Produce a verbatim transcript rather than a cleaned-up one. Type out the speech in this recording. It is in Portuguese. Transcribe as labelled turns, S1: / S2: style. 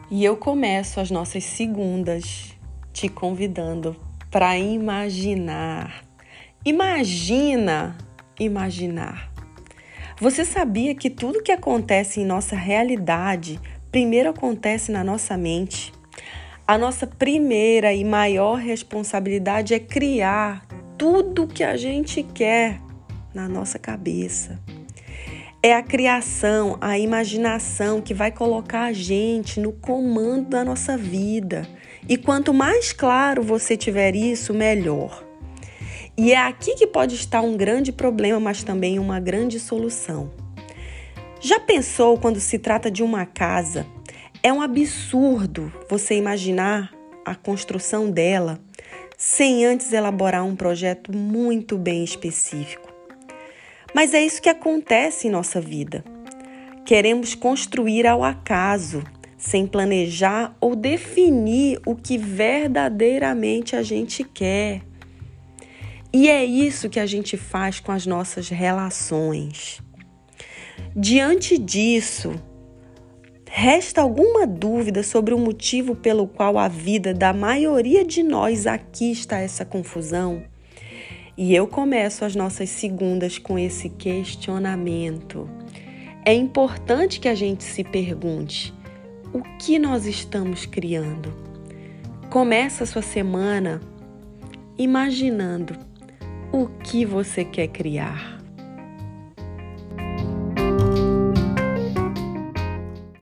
S1: E eu começo as nossas segundas te convidando para imaginar. Imagina imaginar. Você sabia que tudo que acontece em nossa realidade primeiro acontece na nossa mente? A nossa primeira e maior responsabilidade é criar tudo que a gente quer na nossa cabeça. É a criação, a imaginação que vai colocar a gente no comando da nossa vida. E quanto mais claro você tiver isso, melhor. E é aqui que pode estar um grande problema, mas também uma grande solução. Já pensou quando se trata de uma casa? É um absurdo você imaginar a construção dela sem antes elaborar um projeto muito bem específico. Mas é isso que acontece em nossa vida. Queremos construir ao acaso, sem planejar ou definir o que verdadeiramente a gente quer. E é isso que a gente faz com as nossas relações. Diante disso, resta alguma dúvida sobre o motivo pelo qual a vida da maioria de nós aqui está essa confusão? E eu começo as nossas segundas com esse questionamento. É importante que a gente se pergunte: o que nós estamos criando? Começa a sua semana imaginando o que você quer criar.